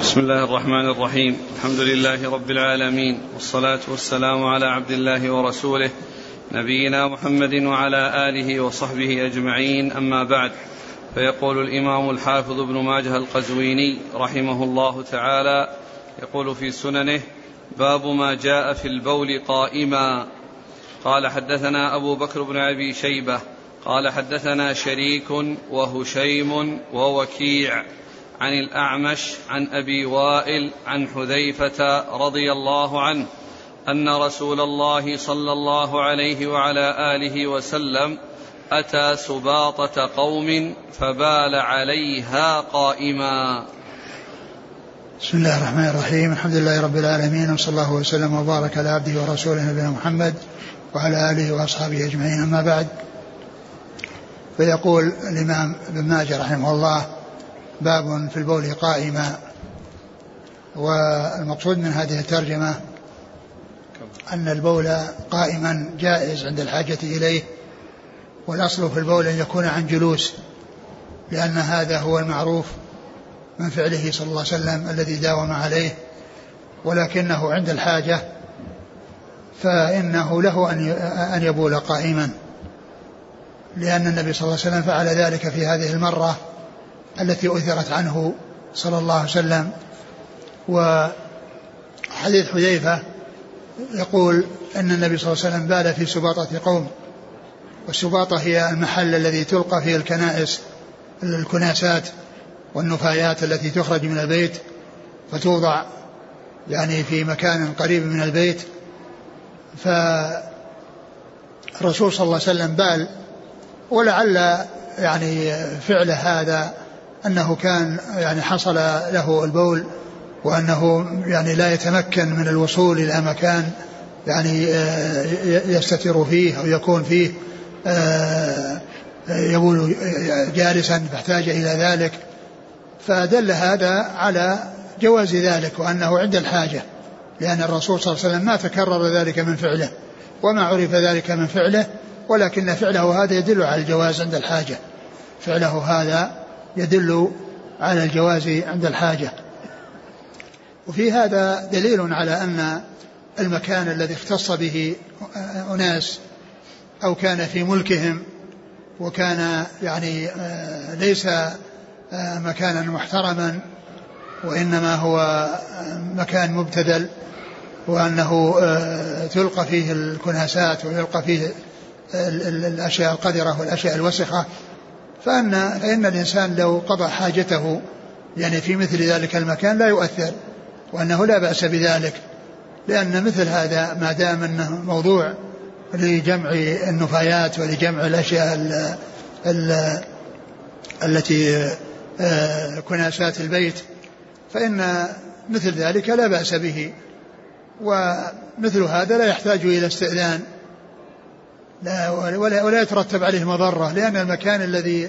بسم الله الرحمن الرحيم. الحمد لله رب العالمين، والصلاة والسلام على عبد الله ورسوله نبينا محمد وعلى آله وصحبه أجمعين، أما بعد. فيقول الإمام الحافظ ابن ماجه القزويني رحمه الله تعالى يقول في سننه: باب ما جاء في البول قائما. قال: حدثنا أبو بكر بن أبي شيبة قال: حدثنا شريك وهشيم ووكيع عن الأعمش عن أبي وائل عن حذيفة رضي الله عنه أن رسول الله صلى الله عليه وعلى آله وسلم أتى سباطة قوم فبال عليها قائما. بسم الله الرحمن الرحيم. الحمد لله رب العالمين، وصلى الله وسلم وبارك على عبده ورسوله نبينا محمد وعلى آله وأصحابه أجمعين، أما بعد. فيقول الإمام ابن ماجه رحمه الله: باب في البول قائما. والمقصود من هذه الترجمة أن البول قائما جائز عند الحاجة إليه، والأصل في البول أن يكون عن جلوس، لأن هذا هو المعروف من فعله صلى الله عليه وسلم الذي داوم عليه، ولكنه عند الحاجة فإنه له أن يبول قائما، لأن النبي صلى الله عليه وسلم فعل ذلك في هذه المرة التي أثرت عنه صلى الله عليه وسلم. وحديث حذيفة يقول أن النبي صلى الله عليه وسلم بال في سباطة قوم، والسباطة هي المحل الذي تلقى فيه الكناسات والنفايات التي تخرج من البيت فتوضع يعني في مكان قريب من البيت. فالرسول صلى الله عليه وسلم بال، ولعل يعني فعل هذا أنه كان يعني حصل له البول، وأنه يعني لا يتمكن من الوصول إلى مكان يعني يستتر فيه أو يكون فيه يبول جالسا فاحتاج إلى ذلك، فدل هذا على جواز ذلك وأنه عند الحاجة، لأن الرسول صلى الله عليه وسلم ما تكرر ذلك من فعله وما عرف ذلك من فعله، ولكن فعله هذا يدل على الجواز عند الحاجة، فعله هذا يدل على الجواز عند الحاجة. وفي هذا دليل على أن المكان الذي اختص به أناس أو كان في ملكهم وكان يعني ليس مكانا محترما، وإنما هو مكان مبتذل، وأنه تلقى فيه الكناسات ويلقى فيه الأشياء القذرة والأشياء الوسخة، فإن الإنسان لو قضى حاجته يعني في مثل ذلك المكان لا يؤثر، وأنه لا بأس بذلك، لأن مثل هذا ما دام أنه موضوع لجمع النفايات ولجمع الأشياء التي كناسات البيت، فإن مثل ذلك لا بأس به، ومثل هذا لا يحتاج إلى استئذان ولا يترتب عليه مضرة، لأن المكان الذي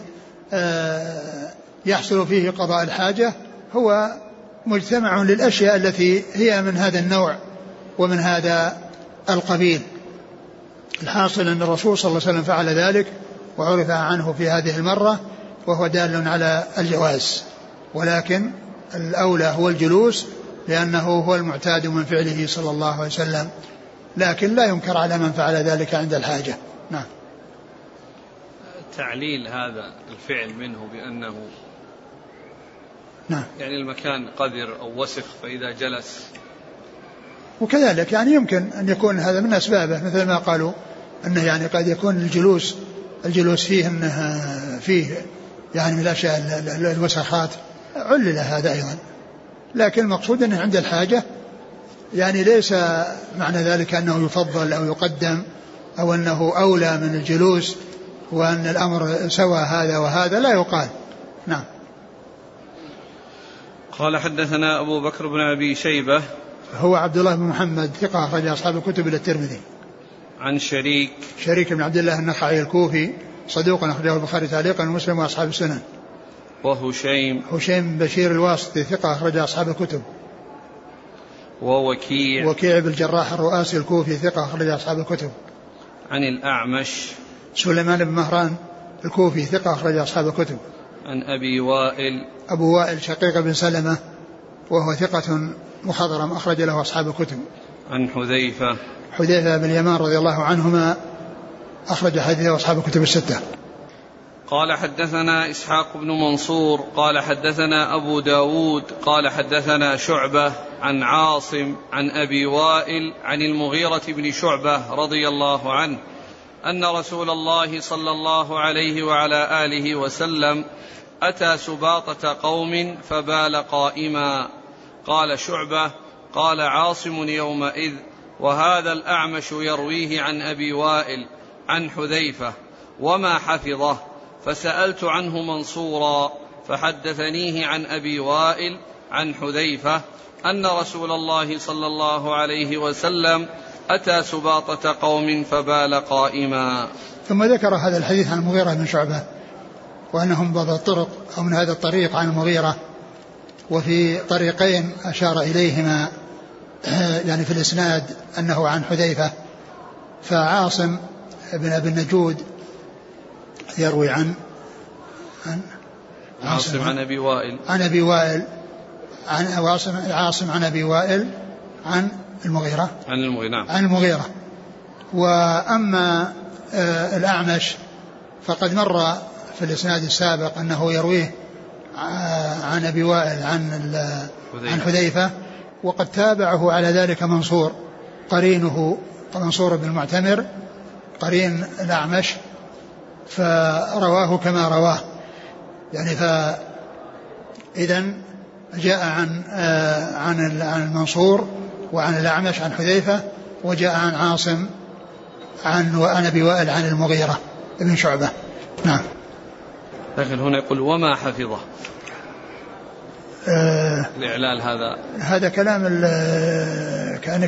يحصل فيه قضاء الحاجة هو مجتمع للأشياء التي هي من هذا النوع ومن هذا القبيل. الحاصل أن الرسول صلى الله عليه وسلم فعل ذلك وعرف عنه في هذه المرة، وهو دال على الجواز، ولكن الأولى هو الجلوس لأنه هو المعتاد من فعله صلى الله عليه وسلم، لكن لا ينكر على من فعل ذلك عند الحاجة. نعم. تعليل هذا الفعل منه بأنه نعم يعني المكان قذر أو وسخ فإذا جلس، وكذلك يعني يمكن أن يكون هذا من أسبابه، مثل ما قالوا أنه يعني قد يكون الجلوس فيه أنه فيه يعني من الأشياء الوسخات، علل هذا أيضا، لكن المقصود أنه عند الحاجة، يعني ليس معنى ذلك أنه يفضل أو يقدم أو أنه أولى من الجلوس، وأن الأمر سوى هذا وهذا لا يقال. نعم. قال: حدثنا أبو بكر بن أبي شيبة هو عبد الله بن محمد ثقة أخرج أصحاب الكتب إلى الترمذي. عن شريك بن عبد الله النخعي الكوفي صدوق أخرجه البخاري تعليقا ومسلم وأصحاب السنن. وهشيم بن بشير الواسطي ثقة أخرج أصحاب الكتب. ووكيع بن الجراح الرؤاسي الكوفي ثقة أخرج أصحاب الكتب. عن الأعمش سليمان بن مهران الكوفي ثقة أخرج أصحاب الكتب. عن أبي وائل أبو وائل شقيق بن سلمة وهو ثقة مخضرم أخرج له أصحاب الكتب. عن حذيفة بن اليمان رضي الله عنهما أخرج حديثه أصحاب الكتب الستة. قال حدثنا إسحاق بن منصور قال حدثنا أبو داود قال حدثنا شعبة عن عاصم عن أبي وائل عن المغيرة بن شعبة رضي الله عنه أن رسول الله صلى الله عليه وعلى آله وسلم أتى سباطة قوم فبال قائما. قال شعبة قال عاصم يومئذ وهذا الأعمش يرويه عن أبي وائل عن حذيفة وما حفظه، فسألت عنه منصورا فحدثنيه عن أبي وائل عن حذيفة أن رسول الله صلى الله عليه وسلم أتى سباطة قوم فبال قائما. ثم ذكر هذا الحديث عن المغيرة بن شعبة وأنهم بعض الطرق أو من هذا الطريق عن المغيرة، وفي طريقين أشار إليهما يعني في الإسناد أنه عن حذيفة. فعاصم بن أبي النجود يروي عن عاصم عن أبي وائل عاصم عن أبي وائل عن المغيرة عن المغيرة. وأما الأعمش فقد مر في الإسناد السابق أنه يرويه عن أبي وائل عن حذيفة، وقد تابعه على ذلك منصور قرينه منصور بن المعتمر قرين الأعمش، فرواه كما رواه يعني. فإذن جاء عن منصور وعن الأعمش عن حذيفة، وجاء عن عاصم عن أبي وائل عن المغيرة بن شعبة. نعم. لكن هنا يقول وما حفظه الإعلال هذا كان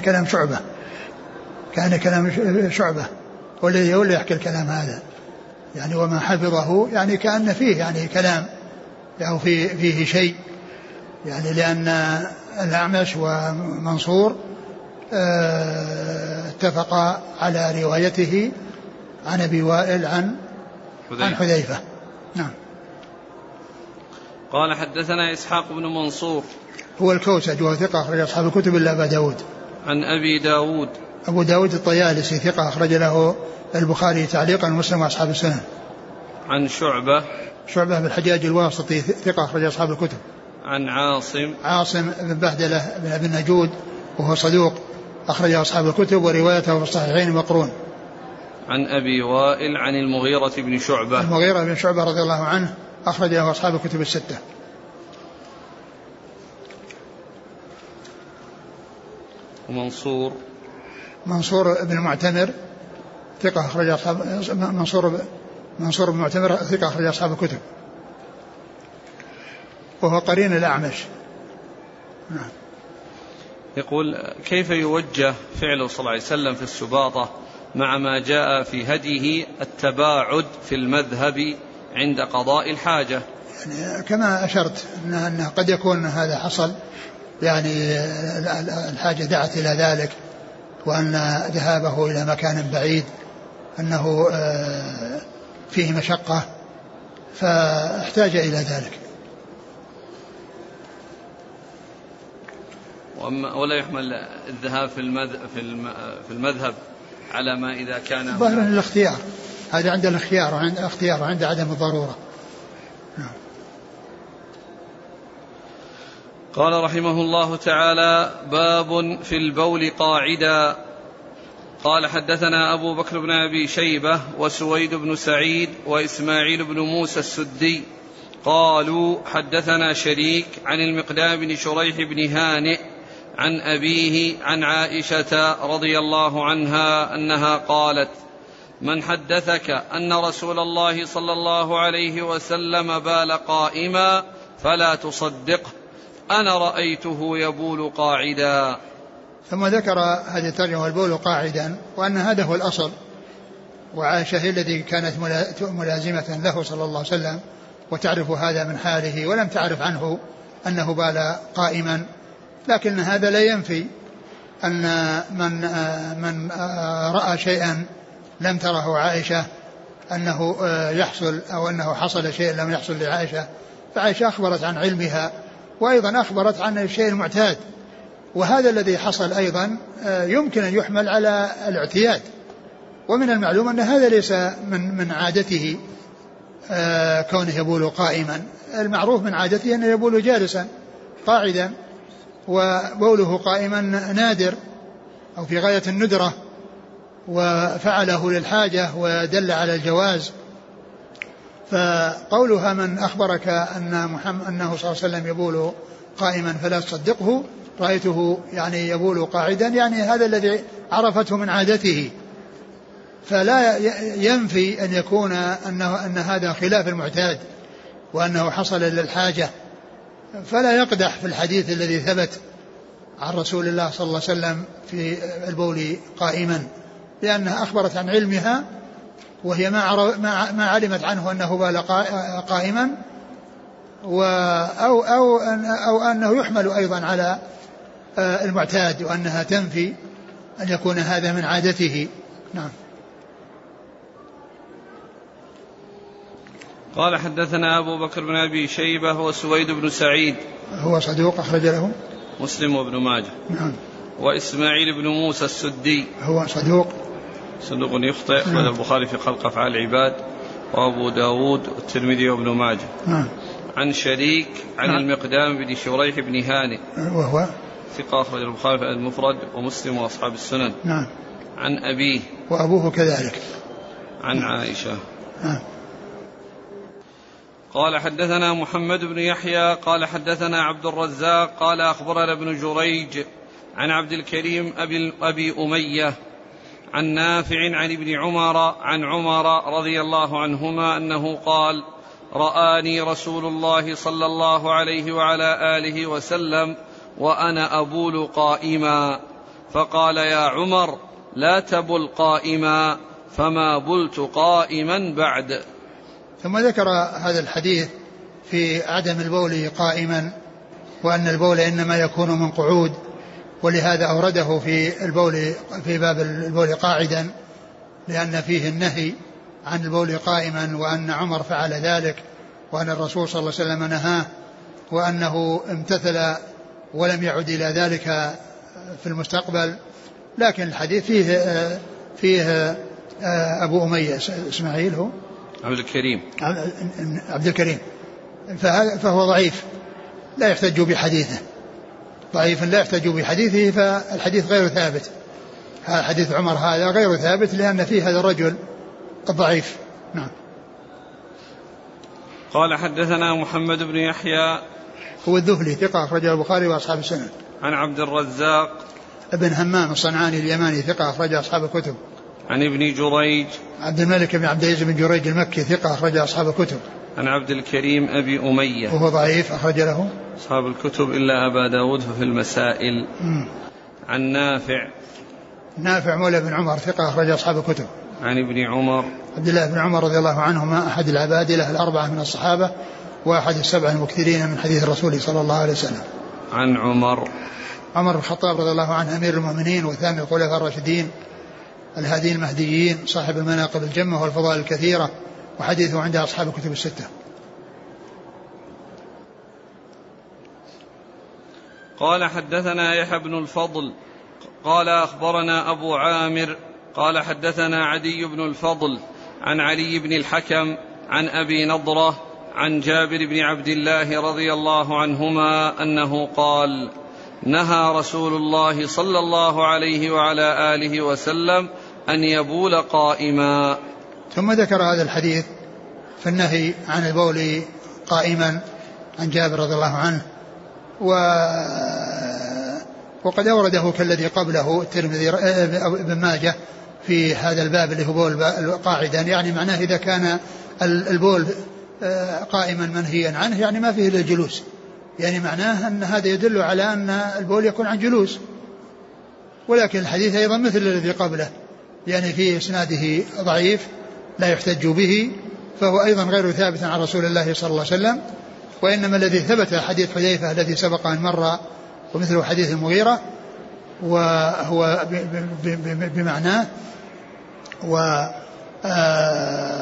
كلام شعبة والذي يحكي الكلام هذا يعني وما حفظه يعني كأن فيه يعني كلام أو فيه شيء يعني، لأن الأعمش ومنصور اتفقا على روايته عن أبي وائل عن حذيفة. نعم. قال حدثنا إسحاق بن منصور هو الكوسج وهو ثقة أخرج أصحاب الكتب إلا أبا داود. عن أبو داود الطيالسي ثقة أخرج له البخاري تعليقا ومسلم وأصحاب السنن. عن شعبة بن الحجاج الواسطي ثقة أخرج أصحاب الكتب. عن عاصم بن بهدلة بن أبي النجود وهو صدوق أخرج أصحاب الكتب وروايته في الصحيحين مقرون. عن أبي وائل عن المغيرة بن شعبة رضي الله عنه أخرج له أصحاب الكتب الستة. منصور بن المعتمر ثقة أخرج أصحاب منصور بن المعتمر ثقة أخرج أصحاب الكتب وهو قرين الأعمش. نعم. يقول كيف يوجه فعله صلى الله عليه وسلم في السباطة مع ما جاء في هديه التباعد في المذهب عند قضاء الحاجة؟ يعني كما أشرت أنه قد يكون هذا حصل يعني الحاجة دعت إلى ذلك، وأن ذهابه إلى مكان بعيد أنه فيه مشقة فاحتاج إلى ذلك. ولا يحمل الذهاب في المذهب على ما إذا كان ظاهر الاختيار، هذا عند الاختيار وعند عدم الضرورة. نعم. قال رحمه الله تعالى باب في البول قاعدا. قال حدثنا أبو بكر بن أبي شيبة وسويد بن سعيد وإسماعيل بن موسى السدي قالوا حدثنا شريك عن المقدام بن شريح بن هانئ عن أبيه عن عائشة رضي الله عنها أنها قالت من حدثك أن رسول الله صلى الله عليه وسلم بال قائما فلا تصدقه، أنا رأيته يبول قاعدا. ثم ذكر هذه الترجمة البول قاعدا، وأن هذا هو الأصل، وعائشة هي التي كانت ملازمة له صلى الله عليه وسلم وتعرف هذا من حاله، ولم تعرف عنه أنه بال قائما، لكن هذا لا ينفي أن من رأى شيئا لم تره عائشة أنه يحصل أو أنه حصل شيء لم يحصل لعائشة، فعائشة أخبرت عن علمها وأيضا أخبرت عن الشيء المعتاد، وهذا الذي حصل أيضا يمكن أن يحمل على الاعتياد، ومن المعلوم أن هذا ليس من عادته كونه يبول قائما، المعروف من عادته أنه يبول جالسا قاعدا، وبوله قائما نادر أو في غاية الندرة، وفعله للحاجة ودل على الجواز. فقولها من أخبرك أنه صلى الله عليه وسلم يبول قائما فلا تصدقه، رأيته يعني يبول قاعدا، يعني هذا الذي عرفته من عادته، فلا ينفي أن يكون أن هذا خلاف المعتاد وأنه حصل للحاجة، فلا يقدح في الحديث الذي ثبت عن رسول الله صلى الله عليه وسلم في البول قائما، لأنها أخبرت عن علمها، وهي ما علمت عنه أنه بال قائما، أو أنه يحمل أيضا على المعتاد، وأنها تنفي أن يكون هذا من عادته. نعم. قال حدثنا أبو بكر بن أبي شيبة وسويد بن سعيد هو صدوق أخرج له مسلم وابن ماجه. نعم. وإسماعيل بن موسى السدي هو صدوق يخطئ، أخرج البخاري في خلق أفعال العباد وأبو داود والترمذي وابن ماجه. نعم. عن شريك عن المقدام بن شريح بن هانئ وهو ثقة، أخرج البخاري في المفرد ومسلم وأصحاب السنن. نعم. عن أبيه وأبوه كذلك. عن عائشة. نعم. قال حدثنا محمد بن يحيى قال حدثنا عبد الرزاق قال أخبرنا ابن جريج عن عبد الكريم أبي أمية عن نافع عن ابن عمر عن عمر رضي الله عنهما أنه قال: رآني رسول الله صلى الله عليه وعلى آله وسلم وأنا أبول قائما، فقال: يا عمر لا تبل قائما، فما بلت قائما بعد. ثم ذكر هذا الحديث في عدم البول قائما، وأن البول إنما يكون من قعود، ولهذا أورده في باب البول قاعدا، لأن فيه النهي عن البول قائما، وأن عمر فعل ذلك، وأن الرسول صلى الله عليه وسلم نهاه، وأنه امتثل ولم يعد إلى ذلك في المستقبل. لكن الحديث فيه أبو أمية إسماعيل هو عبد الكريم فهو ضعيف لا يحتج بحديثه، ضعيف لا يحتج بحديثه، فالحديث غير ثابت. حديث عمر هذا غير ثابت لأن فيه هذا الرجل الضعيف. نعم. قال حدثنا محمد بن يحيى هو الذهلي ثقة، أخرجه البخاري وأصحاب السنن. عن عبد الرزاق ابن همام الصنعاني اليماني ثقة، أخرج أصحاب الكتب. عن ابن جريج عبد الملك بن عبد العزيز بن جريج المكي ثقة، أخرج أصحاب الكتب. عن عبد الكريم أبي أمية وهو ضعيف، أخرج له أصحاب الكتب إلا أبا داود في المسائل. عن نافع مولى بن عمر ثقة، أخرج أصحاب الكتب. عن ابن عمر عبد الله بن عمر رضي الله عنهما أحد العبادلة الأربعة من الصحابة، وأحد السبع المكثرين من حديث الرسول صلى الله عليه وسلم. عن عمر بن الخطاب رضي الله عنه أمير المؤمنين وثاني الخلفاء الراشدين الهادين المهديين، صاحب المناقب الجمة والفضائل الكثيرة، وحديثه عند أصحاب الكتب الستة. قال حدثنا يحيى بن الفضل قال أخبرنا أبو عامر قال حدثنا عدي بن الفضل عن علي بن الحكم عن أبي نضرة عن جابر بن عبد الله رضي الله عنهما أنه قال: نهى رسول الله صلى الله عليه وعلى آله وسلم أن يبول قائما. ثم ذكر هذا الحديث في النهي عن البول قائما عن جابر رضي الله عنه، وقد أورده كالذي قبله الترمذي ابن ماجه في هذا الباب اللي هو بول قاعدا، يعني معناه إذا كان البول قائما منهيا عنه يعني ما فيه إلا الجلوس، يعني معناه أن هذا يدل على أن البول يكون عن جلوس. ولكن الحديث أيضا مثل الذي قبله، يعني في إسناده ضعيف لا يحتج به، فهو أيضا غير ثابت عن رسول الله صلى الله عليه وسلم. وإنما الذي ثبت حديث حذيفة الذي سبق أن مر ومثله حديث المغيرة، وهو بمعناه.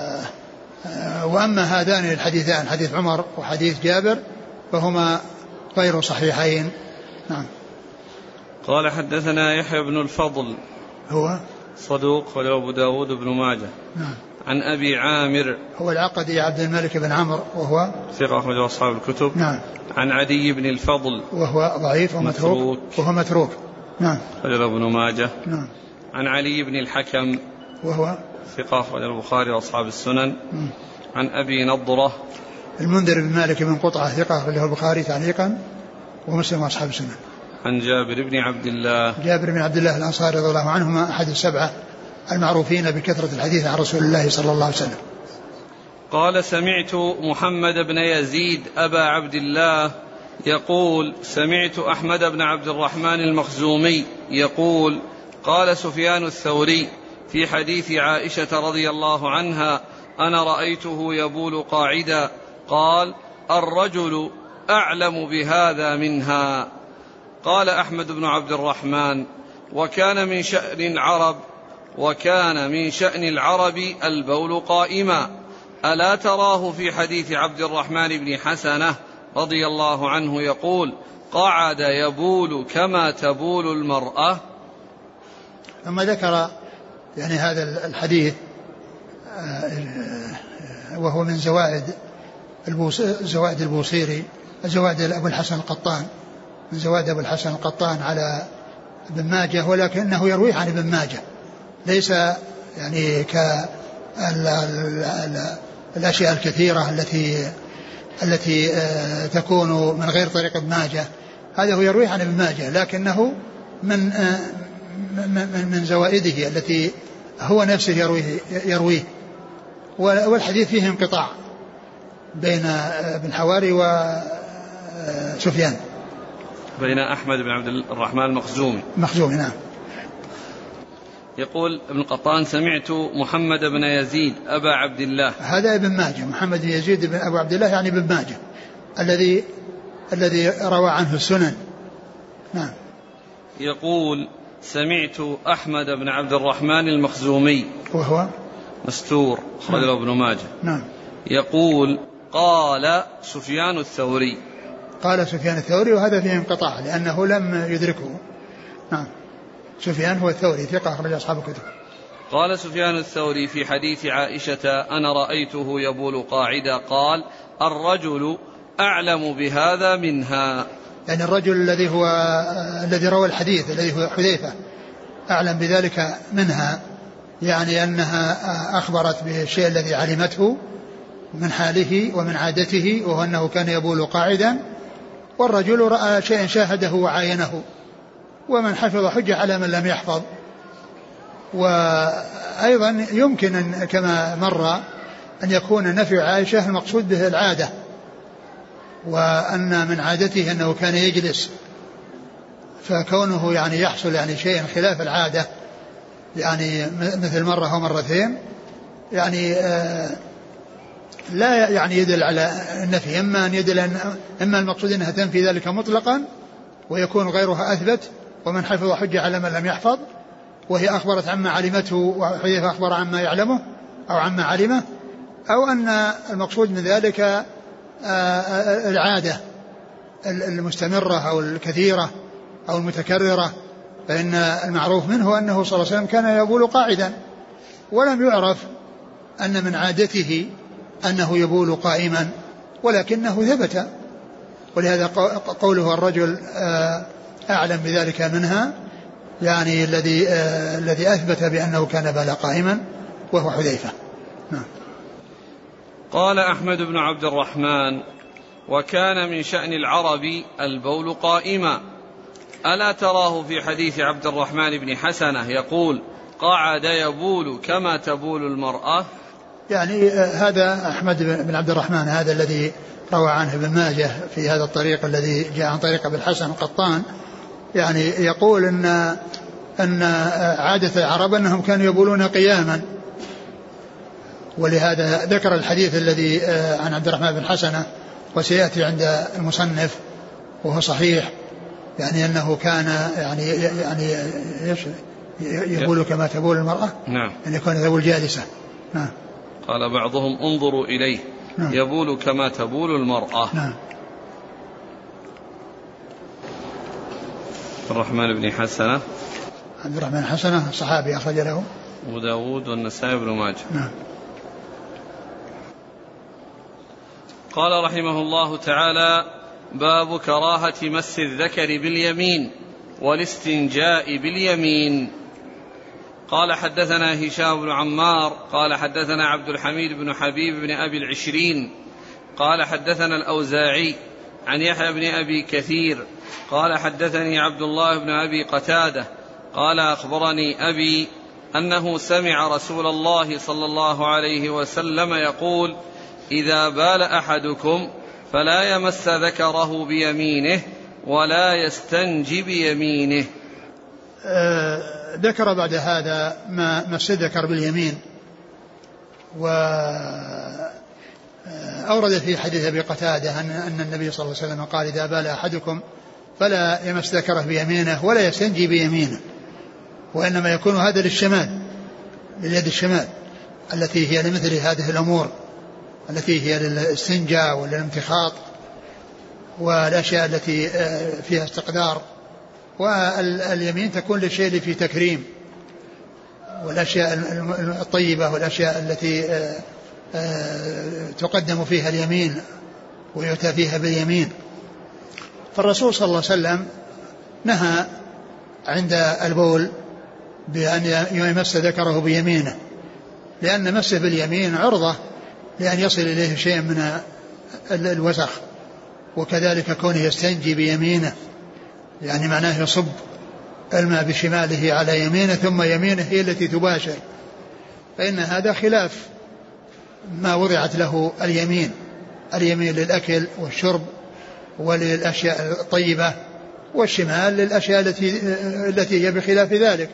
وأما هذان الحديثان حديث عمر وحديث جابر فهما غير صحيحين. نعم. قال حدثنا يحيى بن الفضل هو صدوق وله أبو داود بن ماجه. نعم. عن أبي عامر هو العقدي عبد الملك بن عمرو وهو ثقة أخرجه أصحاب الكتب. نعم. عن عدي بن الفضل وهو ضعيف ومتروك وهو متروك. نعم. أخرجه ابن ماجه. نعم. عن علي بن الحكم وهو ثقة أخرجه البخاري وأصحاب السنن. عن أبي نضرة المنذر بن مالك بن قطعة ثقة أخرجه البخاري تعليقا ومسلم وأصحاب السنن. عن جابر بن عبد الله الأنصاري رضي الله عنهما أحد السبعة المعروفين بكثرة الحديث عن رسول الله صلى الله عليه وسلم. قال سمعت محمد بن يزيد أبا عبد الله يقول سمعت أحمد بن عبد الرحمن المخزومي يقول قال سفيان الثوري في حديث عائشة رضي الله عنها أنا رأيته يبول قاعدا قال الرجل أعلم بهذا منها. قال أحمد بن عبد الرحمن وكان من شأن العرب البول قائما ألا تراه في حديث عبد الرحمن بن حسنة رضي الله عنه يقول قعد يبول كما تبول المرأة. ثم ذكر يعني هذا الحديث وهو من زوائد البوصيري زوائد أبو الحسن القطان من زوائد أبو الحسن القطان على ابن ماجه ولكنه يرويه عن ابن ماجه ليس يعني كالأشياء الكثيرة التي تكون من غير طريق ابن ماجه. هذا هو يرويه عن ابن ماجه لكنه من زوائده التي هو نفسه يرويه والحديث فيه انقطاع بين ابن حواري وسفيان بين أحمد بن عبد الرحمن المخزومي. نعم. يقول ابن قطان سمعت محمد بن يزيد أبا عبد الله هذا ابن ماجه محمد بن يزيد بن أبو عبد الله يعني ابن ماجه الذي روى عنه السنن. نعم. يقول سمعت أحمد بن عبد الرحمن المخزومي وهو مستور أخرجه ابن ماجه. نعم. يقول قال سفيان الثوري وهذا فيه انقطاع لأنه لم يدركه. نعم. سفيان هو الثوري ثقة أخرج أصحاب الكتب. قال سفيان الثوري في حديث عائشة أنا رأيته يبول قاعدا قال الرجل أعلم بهذا منها يعني الرجل الذي روى الحديث الذي هو حذيفة أعلم بذلك منها يعني أنها أخبرت بالشيء الذي علمته من حاله ومن عادته وهو أنه كان يبول قاعدا والرجل رأى شيئا شاهده وعاينه ومن حفظ حجة على من لم يحفظ. وأيضا يمكن أن كما مر أن يكون نفي عائشة المقصود به العادة وأن من عادته أنه كان يجلس فكونه يعني يحصل يعني شيء خلاف العادة يعني مثل مرة أو مرتين يعني لا يعني يدل على النفي إما أن يدل إما المقصود أنها تنفي ذلك مطلقا ويكون غيرها أثبت ومن حفظ حجة على من لم يحفظ وهي أخبرت عما علمته وحذيفة أخبر عما يعلمه أو عما علمه أو أن المقصود من ذلك العادة المستمرة أو الكثيرة أو المتكررة فإن المعروف منه أنه صلى الله عليه وسلم كان يبول قاعدا ولم يعرف أن من عادته أنه يبول قائما ولكنه ثبت ولهذا قوله الرجل أعلم بذلك منها يعني الذي أثبت بأنه كان بال قائما وهو حذيفة. نعم. قال أحمد بن عبد الرحمن وكان من شأن العرب البول قائما ألا تراه في حديث عبد الرحمن بن حسنة يقول قعد يبول كما تبول المرأة. يعني هذا أحمد بن عبد الرحمن هذا الذي روى عنه ابن ماجه في هذا الطريق الذي جاء عن طريق ابن الحسن القطان يعني يقول أن عادة العرب أنهم كانوا يبولون قياما ولهذا ذكر الحديث الذي عن عبد الرحمن بن حسنة وسيأتي عند المصنف وهو صحيح يعني أنه كان يعني يبول كما تبول المرأة. نعم. يعني يكون يبول جالسة. نعم. قال بعضهم انظروا إليه. نعم. يبول كما تبول المرأة. نعم. الرحمن بن حسنة. عبد الرحمن حسنة صحابي أخرج له أبو داود والنسائي بن ماجه. نعم. قال رحمه الله تعالى: باب كراهة مس الذكر باليمين والاستنجاء باليمين. قال حدثنا هشام بن عمار قال حدثنا عبد الحميد بن حبيب بن أبي العشرين قال حدثنا الأوزاعي عن يحيى بن أبي كثير قال حدثني عبد الله بن أبي قتادة قال أخبرني أبي أنه سمع رسول الله صلى الله عليه وسلم يقول: إذا بال أحدكم فلا يمس ذكره بيمينه ولا يستنجي بيمينه. ذكر بعد هذا ما مس الذكر باليمين، وأورد في حديث أبي قتادة أن النبي صلى الله عليه وسلم قال: إذا بال أحدكم فلا يمس ذكره بيمينه ولا يستنجي بيمينه، وإنما يكون هذا للشمال، لليد الشمال التي هي لمثل هذه الأمور التي هي للاستنجاء وللامتخاط والأشياء التي فيها استقدار، واليمين تكون للشيء اللي فيه تكريم، والأشياء الطيبة والأشياء التي تقدم فيها اليمين ويؤتى فيها باليمين. فالرسول صلى الله عليه وسلم نهى عند البول بأن يمس ذكره بيمينه، لأن مسه باليمين عرضة لأن يصل إليه شيء من الوسخ، وكذلك كونه يستنجي بيمينه يعني معناه يصب الماء بشماله على يمينه ثم يمينه هي التي تباشر، فإن هذا خلاف ما وضعت له اليمين للأكل والشرب وللأشياء الطيبة، والشمال للأشياء التي هي بخلاف ذلك.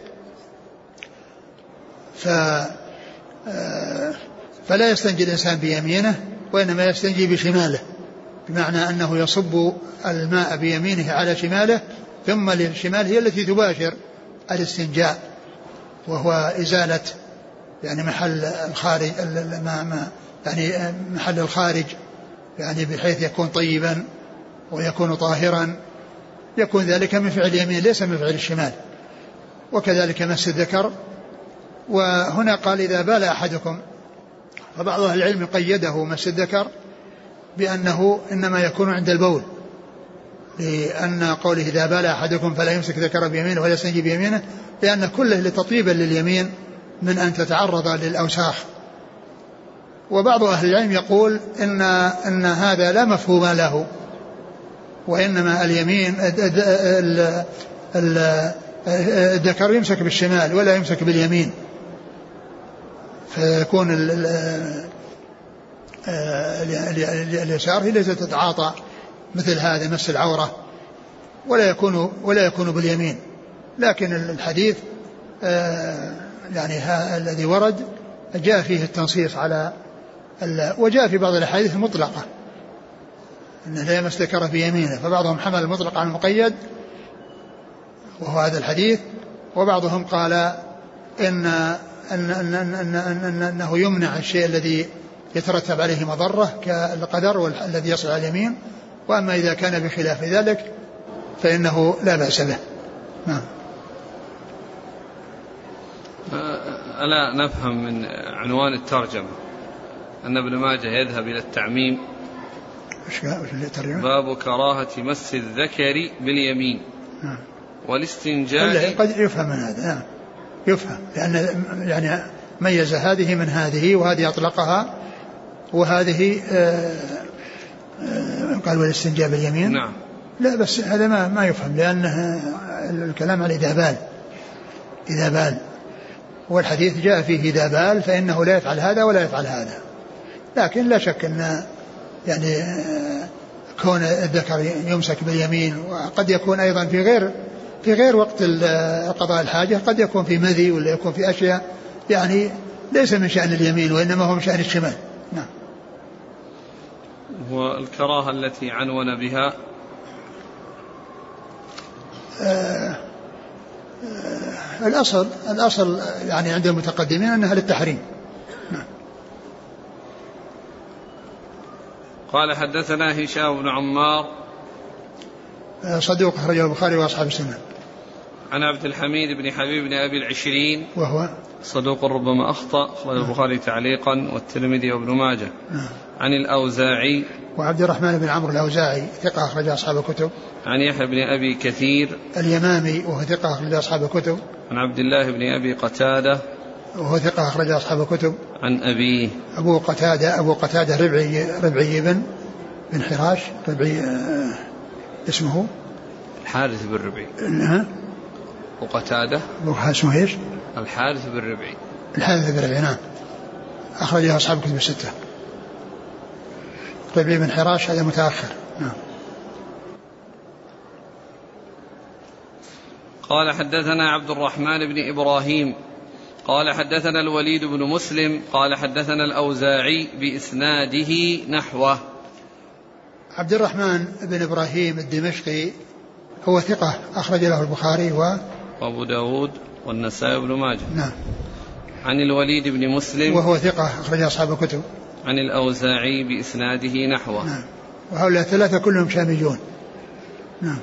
فلا يستنجي الإنسان بيمينه وإنما يستنجي بشماله، بمعنى أنه يصب الماء بيمينه على شماله، ثم الشمال هي التي تباشر الاستنجاء، وهو إزالة يعني محل الخارج يعني محل الخارج، يعني بحيث يكون طيبا ويكون طاهرا، يكون ذلك من فعل اليمين ليس من فعل الشمال. وكذلك مس الذكر. وهنا قال: إذا بال أحدكم، فبعض أهل العلم قيده مس الذكر بأنه إنما يكون عند البول، لأن قوله إذا بال أحدكم فلا يمسك ذكره بيمينه ولا يستنجي بيمينه، لأن كله لتطيبا لليمين من أن تتعرض للأوساخ. وبعض أهل العلم يقول إن هذا لا مفهوم له، وإنما اليمين الذكر يمسك بالشمال ولا يمسك باليمين، فيكون اليسار هي التي تتعاطى مثل هذا مس العورة، ولا يكون باليمين. لكن الحديث يعني الذي ورد جاء فيه التنصيص على وجاء في بعض الأحاديث المطلقة أنه لا يمس ذكره بيمينه، فبعضهم حمل المطلق عن المقيد وهو هذا الحديث، وبعضهم قال أنه يمنع الشيء الذي يترتب عليه مضرة كالقدر الذي يصل على اليمين، وأما إذا كان بخلاف ذلك فإنه لا بأس به. ألا نفهم من عنوان الترجمة أن ابن ماجه يذهب إلى التعميم؟ باب كراهة مس الذكر باليمين والاستنجاء. قد يفهم من هذا، يفهم، لأن يعني ميز هذه من هذه، وهذه أطلقها وهذه قال والاستنجاء باليمين. نعم. لا بس هذا ما يفهم، لأنه الكلام على إذا بال، والحديث جاء فيه إذا بال فإنه لا يفعل هذا ولا يفعل هذا. لكن لا شك أن يعني كون الذكر يمسك باليمين، وقد يكون أيضا في غير وقت قضاء الحاجة، قد يكون في مذي ولا يكون في أشياء يعني ليس من شأن اليمين وإنما هو من شأن الشمال. نعم. والكراهة التي عنون بها الأصل يعني عند المتقدمين أنها للتحريم. نعم. قال حدثنا هشام بن عمار صدوق أخرجه البخاري وأصحاب السنن. عن عبد الحميد بن حبيب بن أبي العشرين وهو صدوق ربما أخطأ، أخرج البخاري تعليقا والترمذي وابن ماجه. عن الأوزاعي وعبد الرحمن بن عمرو الأوزاعي ثقة أخرج أصحاب الكتب. عن يحيى بن أبي كثير اليمامي وهو ثقة أخرج أصحاب الكتب. عن عبد الله بن أبي قتادة وهو ثقة أخرج أصحاب الكتب. عن أبيه أبو قتادة ربعي بن حراش ربعي اسمه الحارث بن ربعي. وقتادة اسمه ايش؟ الحارث بن ربعي. نعم أخرجه أصحاب الكتب الستة. ربعي بن حراش هذا متأخر. نعم. قال حدثنا عبد الرحمن بن إبراهيم قال حدثنا الوليد بن مسلم قال حدثنا الأوزاعي بإسناده نحوه. عبد الرحمن بن إبراهيم الدمشقي هو ثقة أخرج له البخاري وأبو داود والنسائي بن ماجه. نعم. عن الوليد بن مسلم وهو ثقة أخرج أصحاب الكتب. عن الأوزاعي بإسناده نحوه. نعم. وهؤلاء ثلاثة كلهم شاميون. نعم.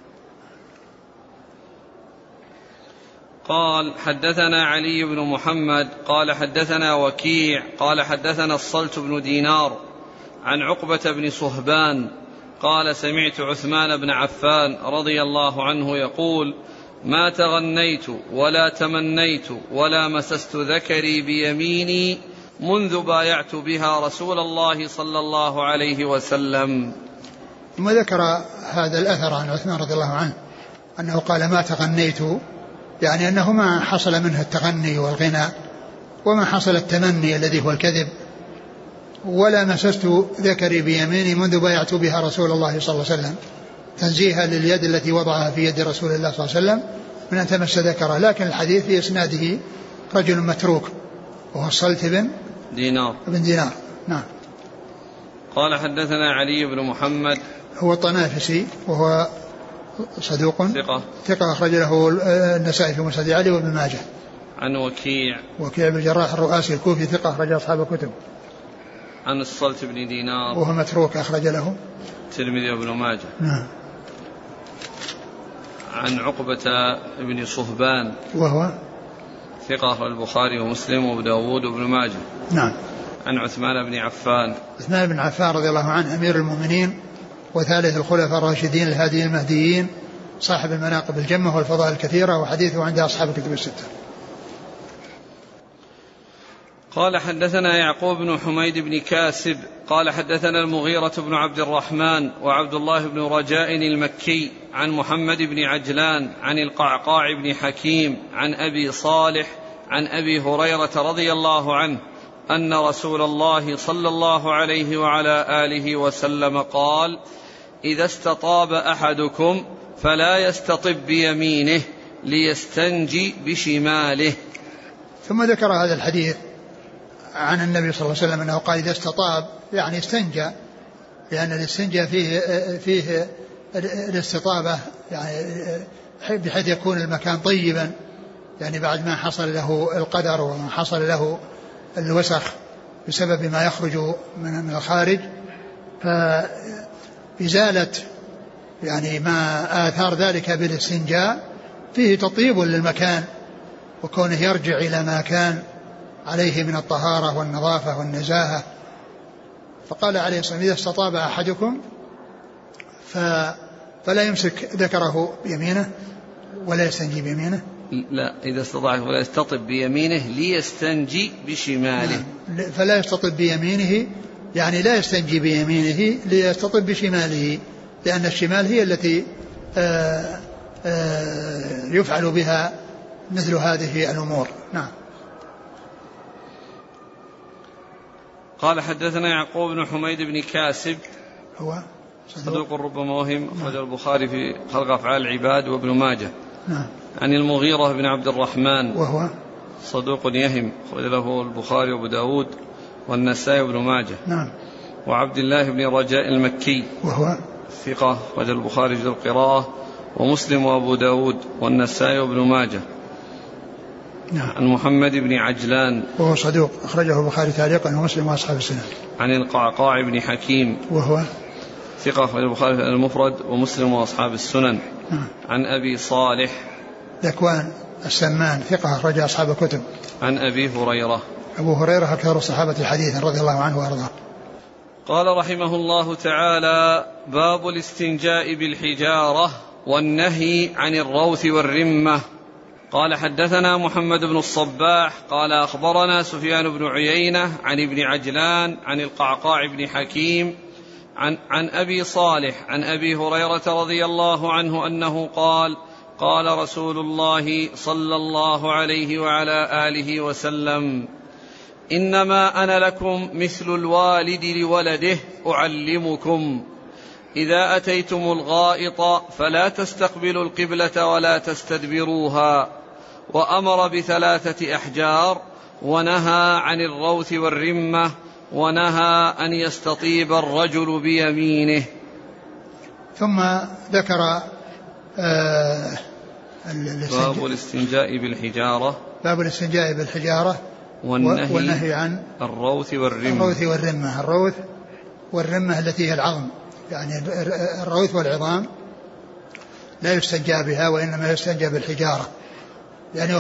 قال حدثنا علي بن محمد قال حدثنا وكيع قال حدثنا الصلت بن دينار عن عقبة بن صهبان قال سمعت عثمان بن عفان رضي الله عنه يقول ما تغنيت ولا تمنيت ولا مسست ذكري بيميني منذ بايعت بها رسول الله صلى الله عليه وسلم. ثم ذكر هذا الأثر عن عثمان رضي الله عنه أنه قال ما تغنيت، يعني أنه ما حصل منه التغني والغنى وما حصل التمني الذي هو الكذب، ولا مسست ذكري بيميني منذ بايعت بها رسول الله صلى الله عليه وسلم، تنزيها لليد التي وضعها في يد رسول الله صلى الله عليه وسلم من أن تمس ذكره. لكن الحديث في إسناده رجل متروك وهو الصلت بن دينار. نعم. قال حدثنا علي بن محمد هو الطنافسي وهو صدوق ثقة أخرج له النسائي في مسند علي وابن ماجه. عن وكيع بن الجراح الرؤاسي الكوفي ثقة أخرج أصحاب الكتب. عن الصلت بن دينار وهو متروك أخرج له الترمذي وابن ماجه. نعم. عن عقبة بن صهبان وهو ثقة أخرج البخاري ومسلم وابو داود وابن ماجه. نعم. عن عثمان بن عفان رضي الله عنه أمير المؤمنين وثالث الخلفاء الراشدين الهاديين المهديين صاحب المناقب الجمة والفضائل الكثيرة، وحديثه عند أصحاب الكتب الستة. قال حدثنا يعقوب بن حميد بن كاسب قال حدثنا المغيرة بن عبد الرحمن وعبد الله بن رجاء المكي عن محمد بن عجلان عن القعقاع بن حكيم عن أبي صالح عن أبي هريرة رضي الله عنه أن رسول الله صلى الله عليه وعلى آله وسلم قال إذا استطاب أحدكم فلا يستطب بيمينه ليستنجي بشماله. ثم ذكر هذا الحديث عن النبي صلى الله عليه وسلم أنه قال إذا استطاب يعني استنجى، لأن الاستنجاء فيه الاستطابة يعني بحيث يكون المكان طيبا، يعني بعد ما حصل له القدر وما حصل له الوسخ بسبب ما يخرج من الخارج، فإزالة يعني ما آثار ذلك بالاستنجاء فيه تطيب للمكان وكونه يرجع إلى ما كان عليه من الطهارة والنظافة والنزاهة. فقال عليه الصلاة والسلام إذا استطاب أحدكم فلا يمسك ذكره بيمينه ولا يستنجي بيمينه. لا، إذا استطاع ولا يستطب بيمينه ليستنجي بشماله. فلا يستطب بيمينه يعني لا يستنجي بيمينه ليستطب بشماله، لأن الشمال هي التي يفعل بها مثل هذه الأمور. نعم. قال حدثنا يعقوب بن حميد بن كاسب هو صدوق ربما وهم، أخرج البخاري في خلق أفعال العباد وابن ماجه. نعم. عن المغيرة بن عبد الرحمن وهو صدوق يهم، أخرج له البخاري وابو داود والنسائي وابن ماجه. نعم. وعبد الله بن رجاء المكي وهو ثقة، أخرج البخاري في القراءة ومسلم وابو داود والنسائي وابن ماجه. نعم. عن محمد بن عجلان وهو صدوق، أخرجه البخاري تعليقا ومسلم وأصحاب السنن. عن القعقاع بن حكيم وهو ثقة، أخرج البخاري في المفرد ومسلم وأصحاب السنن. نعم. عن أبي صالح ذكوان السمان ثقة أخرج أصحاب الكتب. عن أبي هريرة. أبو هريرة أكثر الصحابة حديثا رضي الله عنه وأرضاه. قال رحمه الله تعالى: باب الاستنجاء بالحجارة والنهي عن الروث والرمة. قال: حدثنا محمد بن الصباح قال: أخبرنا سفيان بن عيينة عن ابن عجلان عن القعقاع بن حكيم عن أبي صالح عن أبي هريرة رضي الله عنه أنه قال: قال رسول الله صلى الله عليه وعلى آله وسلم: إنما أنا لكم مثل الوالد لولده أعلمكم: إذا أتيتم الغائط فلا تستقبلوا القبلة ولا تستدبروها، وأمر ب3 أحجار، ونهى عن الروث والرمة، ونهى أن يستطيب الرجل بيمينه. ثم ذكر باب الاستنجاء بالحجارة، باب الاستنجاء بالحجارة والنهي عن الروث والرمة. الروث والرمة التي هي العظم، يعني الروث والعظام لا يستنجى بها وإنما يستنجى بالحجارة، يعني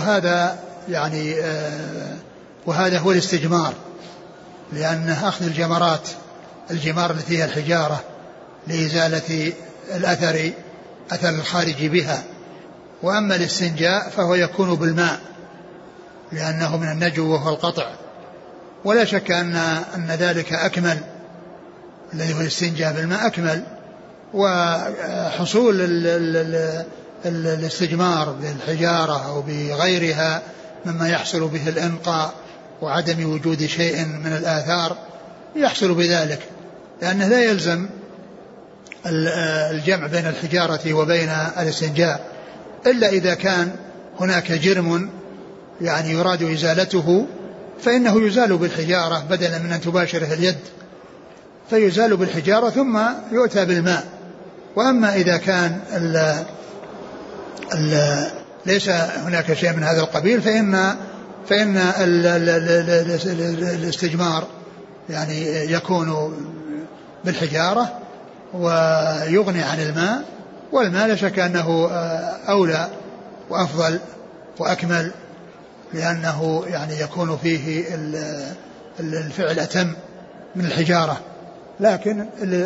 وهذا هو الاستجمار، لأن أخذ الجمار التي هي الحجارة لإزالة أثر الخارج بها. وأما الاستنجاء فهو يكون بالماء لأنه من النجو وهو القطع، ولا شك أن ذلك أكمل، الذي هو الاستنجاء بالماء أكمل. وحصول الاستجمار بالحجارة أو بغيرها مما يحصل به الإنقاء وعدم وجود شيء من الآثار يحصل بذلك، لأنه لا يلزم الجمع بين الحجارة وبين الاستنجاء إلا إذا كان هناك جرم يعني يراد إزالته، فإنه يزال بالحجارة بدلا من أن تباشره اليد، فيزال بالحجارة ثم يؤتى بالماء. وأما إذا كان ليس هناك شيء من هذا القبيل فإن الاستجمار يعني يكون بالحجارة ويغني عن الماء، والماء لا شك أنه أولى وأفضل وأكمل، لأنه يعني يكون فيه الفعل أتم من الحجارة. لكن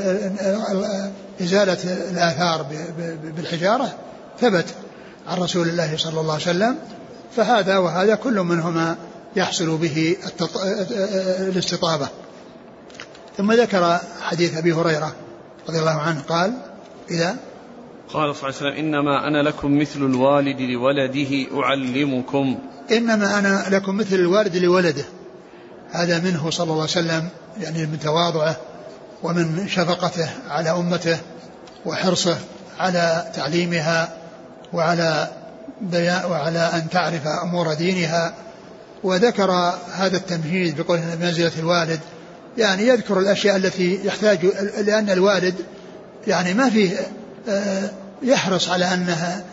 إزالة الآثار بالحجارة ثبت عن رسول الله صلى الله عليه وسلم، فهذا وهذا كل منهما يحصل به الاستطابة. ثم ذكر حديث أبي هريرة رضي الله عنه قال: إذا قال صلى الله عليه وسلم: إنما أنا لكم مثل الوالد لولده أعلمكم. إنما أنا لكم مثل الوالد لولده، هذا منه صلى الله عليه وسلم، يعني من تواضعه ومن شفقته على أمته وحرصه على تعليمها وعلى أن تعرف أمور دينها. وذكر هذا التمهيد بقول منزلة الوالد، يعني يذكر الأشياء التي يحتاج، لأن الوالد يعني ما فيه يحرص على أنها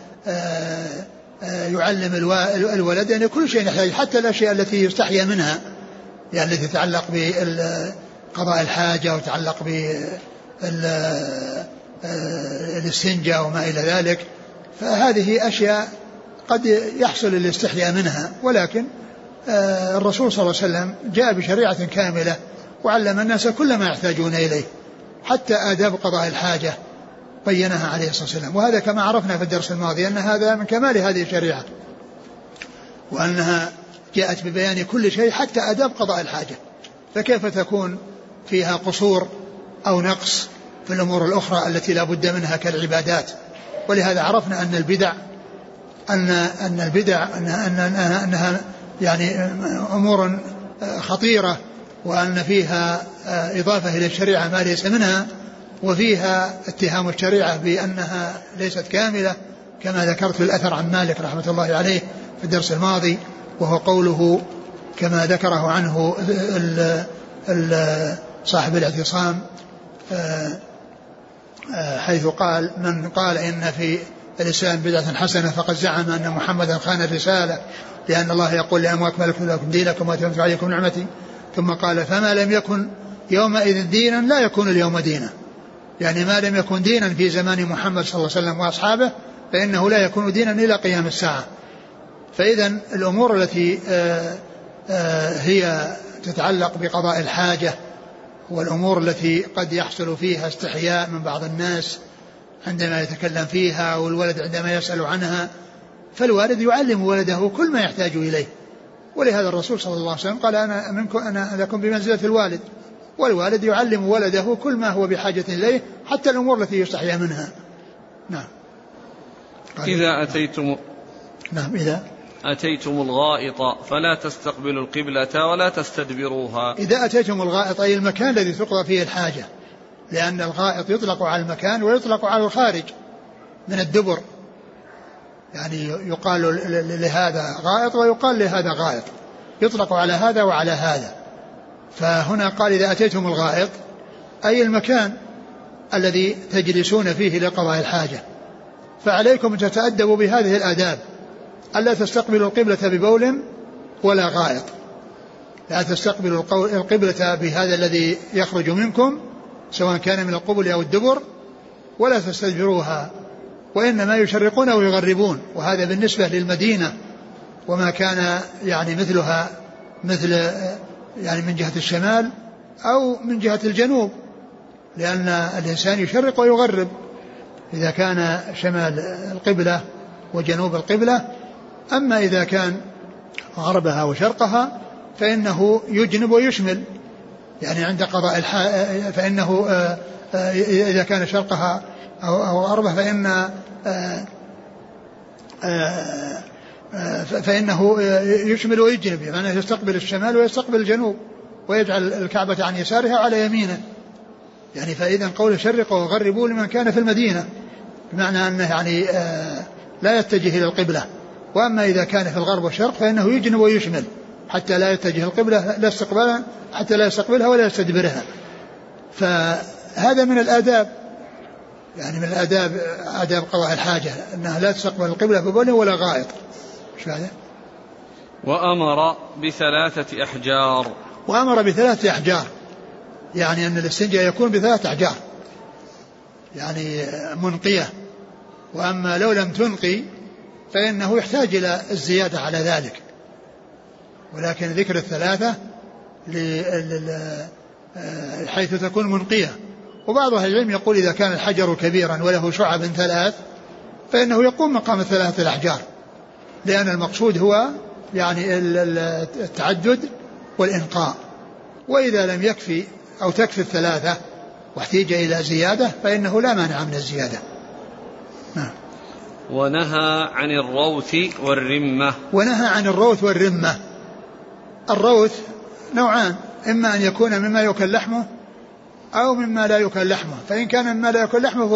يعلم الولد يعني كل شيء يحتاج، حتى الأشياء التي يستحيا منها، يعني التي تتعلق بقضاء الحاجة وتتعلق بالاستنجاء وما إلى ذلك، فهذه أشياء قد يحصل الاستحياء منها. ولكن الرسول صلى الله عليه وسلم جاء بشريعة كاملة وعلم الناس كل ما يحتاجون إليه، حتى آداب قضاء الحاجة بينها عليه الصلاة والسلام. وهذا كما عرفنا في الدرس الماضي أن هذا من كمال هذه الشريعة، وأنها جاءت ببيان كل شيء حتى آداب قضاء الحاجة، فكيف تكون فيها قصور أو نقص في الأمور الأخرى التي لا بد منها كالعبادات. ولهذا عرفنا أن البدع أنها يعني أمور خطيرة، وأن فيها إضافة إلى الشريعة ما ليس منها، وفيها اتهام الشريعة بأنها ليست كاملة، كما ذكرت في الأثر عن مالك رحمة الله عليه في الدرس الماضي، وهو قوله كما ذكره عنه صاحب الاعتصام، حيث قال: من قال إن في الإسلام بدعة حسنة فقد زعم أن محمدا خان الرسالة، لأن الله يقول: لأن أكملت لكم دينكم وأتممت عليكم نعمتي. ثم قال: فما لم يكن يومئذ دينا لا يكون اليوم دينا، يعني ما لم يكن دينا في زمان محمد صلى الله عليه وسلم وأصحابه فإنه لا يكون دينا إلى قيام الساعة. فإذا الأمور التي هي تتعلق بقضاء الحاجة والأمور التي قد يحصل فيها استحياء من بعض الناس عندما يتكلم فيها والولد عندما يسأل عنها، فالوالد يعلم ولده كل ما يحتاج إليه. ولهذا الرسول صلى الله عليه وسلم قال أنا لكم بمنزلة الوالد، والوالد يعلم ولده كل ما هو بحاجة إليه حتى الأمور التي يستحيا منها. نعم. إذا أتيتم الغائط فلا تستقبلوا القبلة ولا تستدبروها. إذا أتيتم الغائط أي المكان الذي تقضى فيه الحاجة، لأن الغائط يطلق على المكان ويطلق على الخارج من الدبر، يعني يقال لهذا غائط ويقال لهذا غائط، يطلق على هذا وعلى هذا. فهنا قال إذا أتيتم الغائط أي المكان الذي تجلسون فيه لقضاء الحاجة، فعليكم أن تتأدبوا بهذه الآداب، ألا تستقبلوا القبلة ببول ولا غائط، لا تستقبلوا القبلة بهذا الذي يخرج منكم سواء كان من القبل أو الدبر، ولا تستدبروها، وإنما يشرقون ويغربون. وهذا بالنسبة للمدينة وما كان يعني مثلها مثل يعني من جهة الشمال أو من جهة الجنوب، لأن الإنسان يشرق ويغرب إذا كان شمال القبلة وجنوب القبلة. أما إذا كان غربها وشرقها فإنه يجنب ويشمل، يعني عند قضاء فإنه إذا كان شرقها أو غربها فإنه يشمل ويجنب، يعني يستقبل الشمال ويستقبل الجنوب ويجعل الكعبة عن يسارها على يمينه. يعني فإذا قول شرقوا وغربوا لمن كان في المدينة بمعنى أنه يعني لا يتجه إلى القبلة. وأما إذا كان في الغرب والشرق فإنه يجنب ويشمل حتى لا يتجه القبلة لا استقبالها حتى لا يستقبلها ولا يستدبرها. فهذا من الآداب، يعني من الآداب آداب قضاء الحاجة أنها لا تستقبل القبلة ببول ولا غائط. شو هذا؟ وأمر بثلاثة أحجار. وأمر بثلاثة أحجار، يعني أن الاستنجاء يكون بثلاثة أحجار يعني منقية. وأما لو لم تنقي فإنه يحتاج إلى الزيادة على ذلك، ولكن ذكر الثلاثة حيث تكون منقية. وبعض أهل العلم يقول إذا كان الحجر كبيرا وله شعب ثلاث فإنه يقوم مقام الثلاثة الأحجار، لأن المقصود هو يعني التعدد والإنقاء. وإذا لم يكفي أو تكفي الثلاثة واحتاج إلى زيادة فإنه لا مانع من الزيادة. ونهى عن الروث والرمة. ونهى عن الروث والرمة. الروث نوعان، إما أن يكون مما يؤكل لحمه أو مما لا يؤكل لحمه، فإن كان مما لا يؤكل لحمه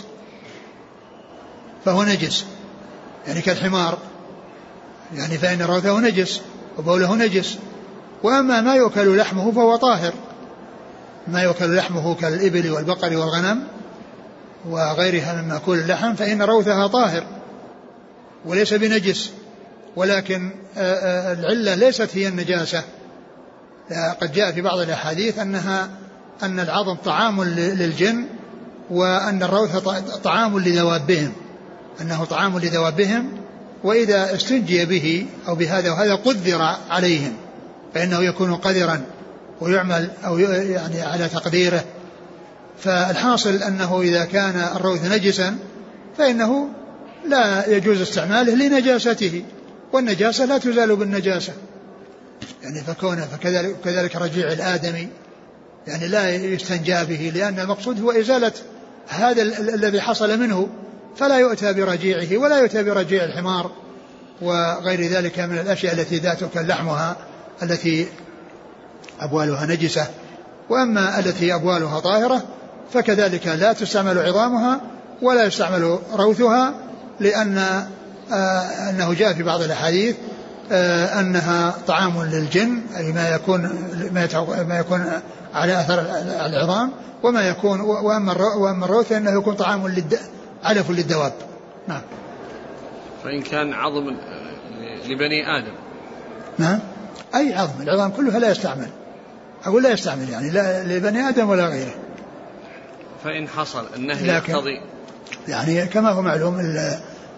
فهو نجس يعني كالحمار، يعني فإن روثه نجس وبوله نجس. وأما ما يؤكل لحمه فهو طاهر، ما يؤكل لحمه كالإبل والبقر والغنم وغيرها من مأكول اللحم فإن روثها طاهر وليس بنجس. ولكن العلة ليست هي النجاسة، قد جاء في بعض الأحاديث أن العظم طعام للجن، وأن الروث طعام لدوابهم، أنه طعام لدوابهم، وإذا استنجي به أو بهذا وهذا قدر عليهم فإنه يكون قذرا ويعمل أو يعني على تقديره. فالحاصل أنه إذا كان الروث نجسا فإنه لا يجوز استعماله لنجاسته، والنجاسة لا تزال بالنجاسة، يعني فكذلك رجيع الآدمي يعني لا يستنجى به، لأن المقصود هو إزالة هذا الذي حصل منه، فلا يؤتى برجيعه ولا يؤتى برجيع الحمار وغير ذلك من الأشياء التي لا تؤكل لحمها التي أبوالها نجسة. وأما التي أبوالها طاهرة فكذلك لا تستعمل عظامها ولا يستعمل روثها، لأن أنه جاء في بعض الأحاديث أنها طعام للجن، أي ما يكون على أثر العظام، وما يكون وأما الروث أنه يكون طعام علف للدواب. نعم. فإن كان عظم لبني آدم. نعم. أي عظم، العظام كلها لا يستعمل، أقول لا يستعمل يعني لا لبني آدم ولا غيره. فإن حصل النهي يقتضي، يعني كما هو معلوم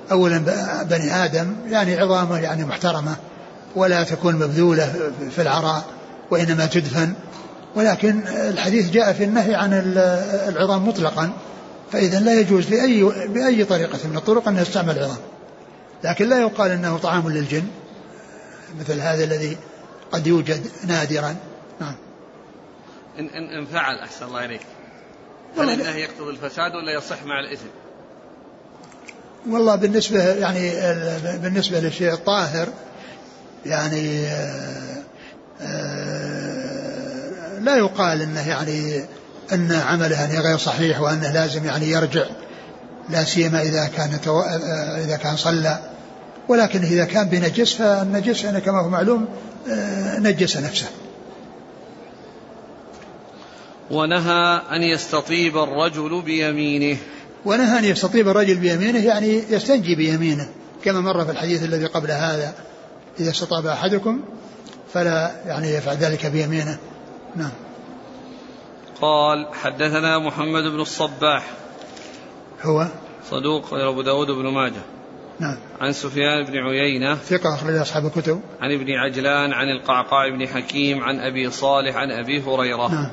أولا بني آدم يعني عظامه يعني محترمة ولا تكون مبذولة في العراء وإنما تدفن، ولكن الحديث جاء في النهي عن العظام مطلقا، فإذا لا يجوز بأي طريقة من الطرق أن يستعمل العظام، لكن لا يقال أنه طعام للجن مثل هذا الذي قد يوجد نادرا. نعم. إن فعل أحسن الله إليك، هل النهي يقتضي الفساد ولا يصح مع الإثم؟ والله بالنسبة للشيء الطاهر يعني لا يقال انه يعني ان عمله يعني غير صحيح وانه لازم يعني يرجع، لا سيما اذا كان صلى، ولكن اذا كان بنجس فالنجس يعني كما هو معلوم نجس نفسه. ونهى أن يستطيب الرجل بيمينه، ونهى أن يستطيب الرجل بيمينه يعني يستنجي بيمينه كما مر في الحديث الذي قبل هذا، إذا استطاب أحدكم فلا يعني يفعل ذلك بيمينه. نعم. قال حدثنا محمد بن الصباح هو صدوق أبو داود بن ماجه. نعم. عن سفيان بن عيينة ثقة أخرج أصحاب الكتب. عن ابن عجلان عن القعقاع بن حكيم عن أبي صالح عن أبي هريرة. نعم.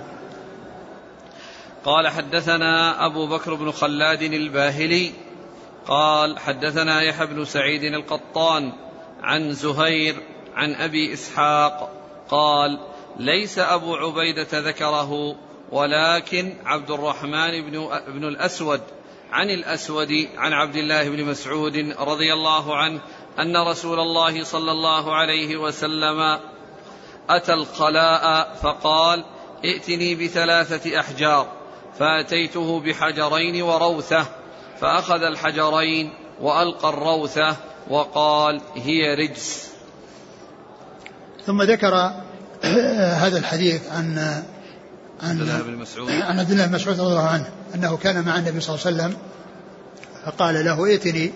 قال حدثنا أبو بكر بن خلاد الباهلي قال حدثنا يحيى بن سعيد القطان عن زهير عن أبي إسحاق قال ليس أبو عبيدة ذكره ولكن عبد الرحمن بن الأسود عن الأسود عن عبد الله بن مسعود رضي الله عنه أن رسول الله صلى الله عليه وسلم أتى الخلاء فقال ائتني ب3 أحجار، فأتيته بحجرين وروثة، فأخذ الحجرين وألقى الروثة وقال هي رجس. ثم ذكر هذا الحديث عن عبد الله بن مسعود رضي الله عنه أنه كان مع النبي صلى الله عليه وسلم فقال له ائتني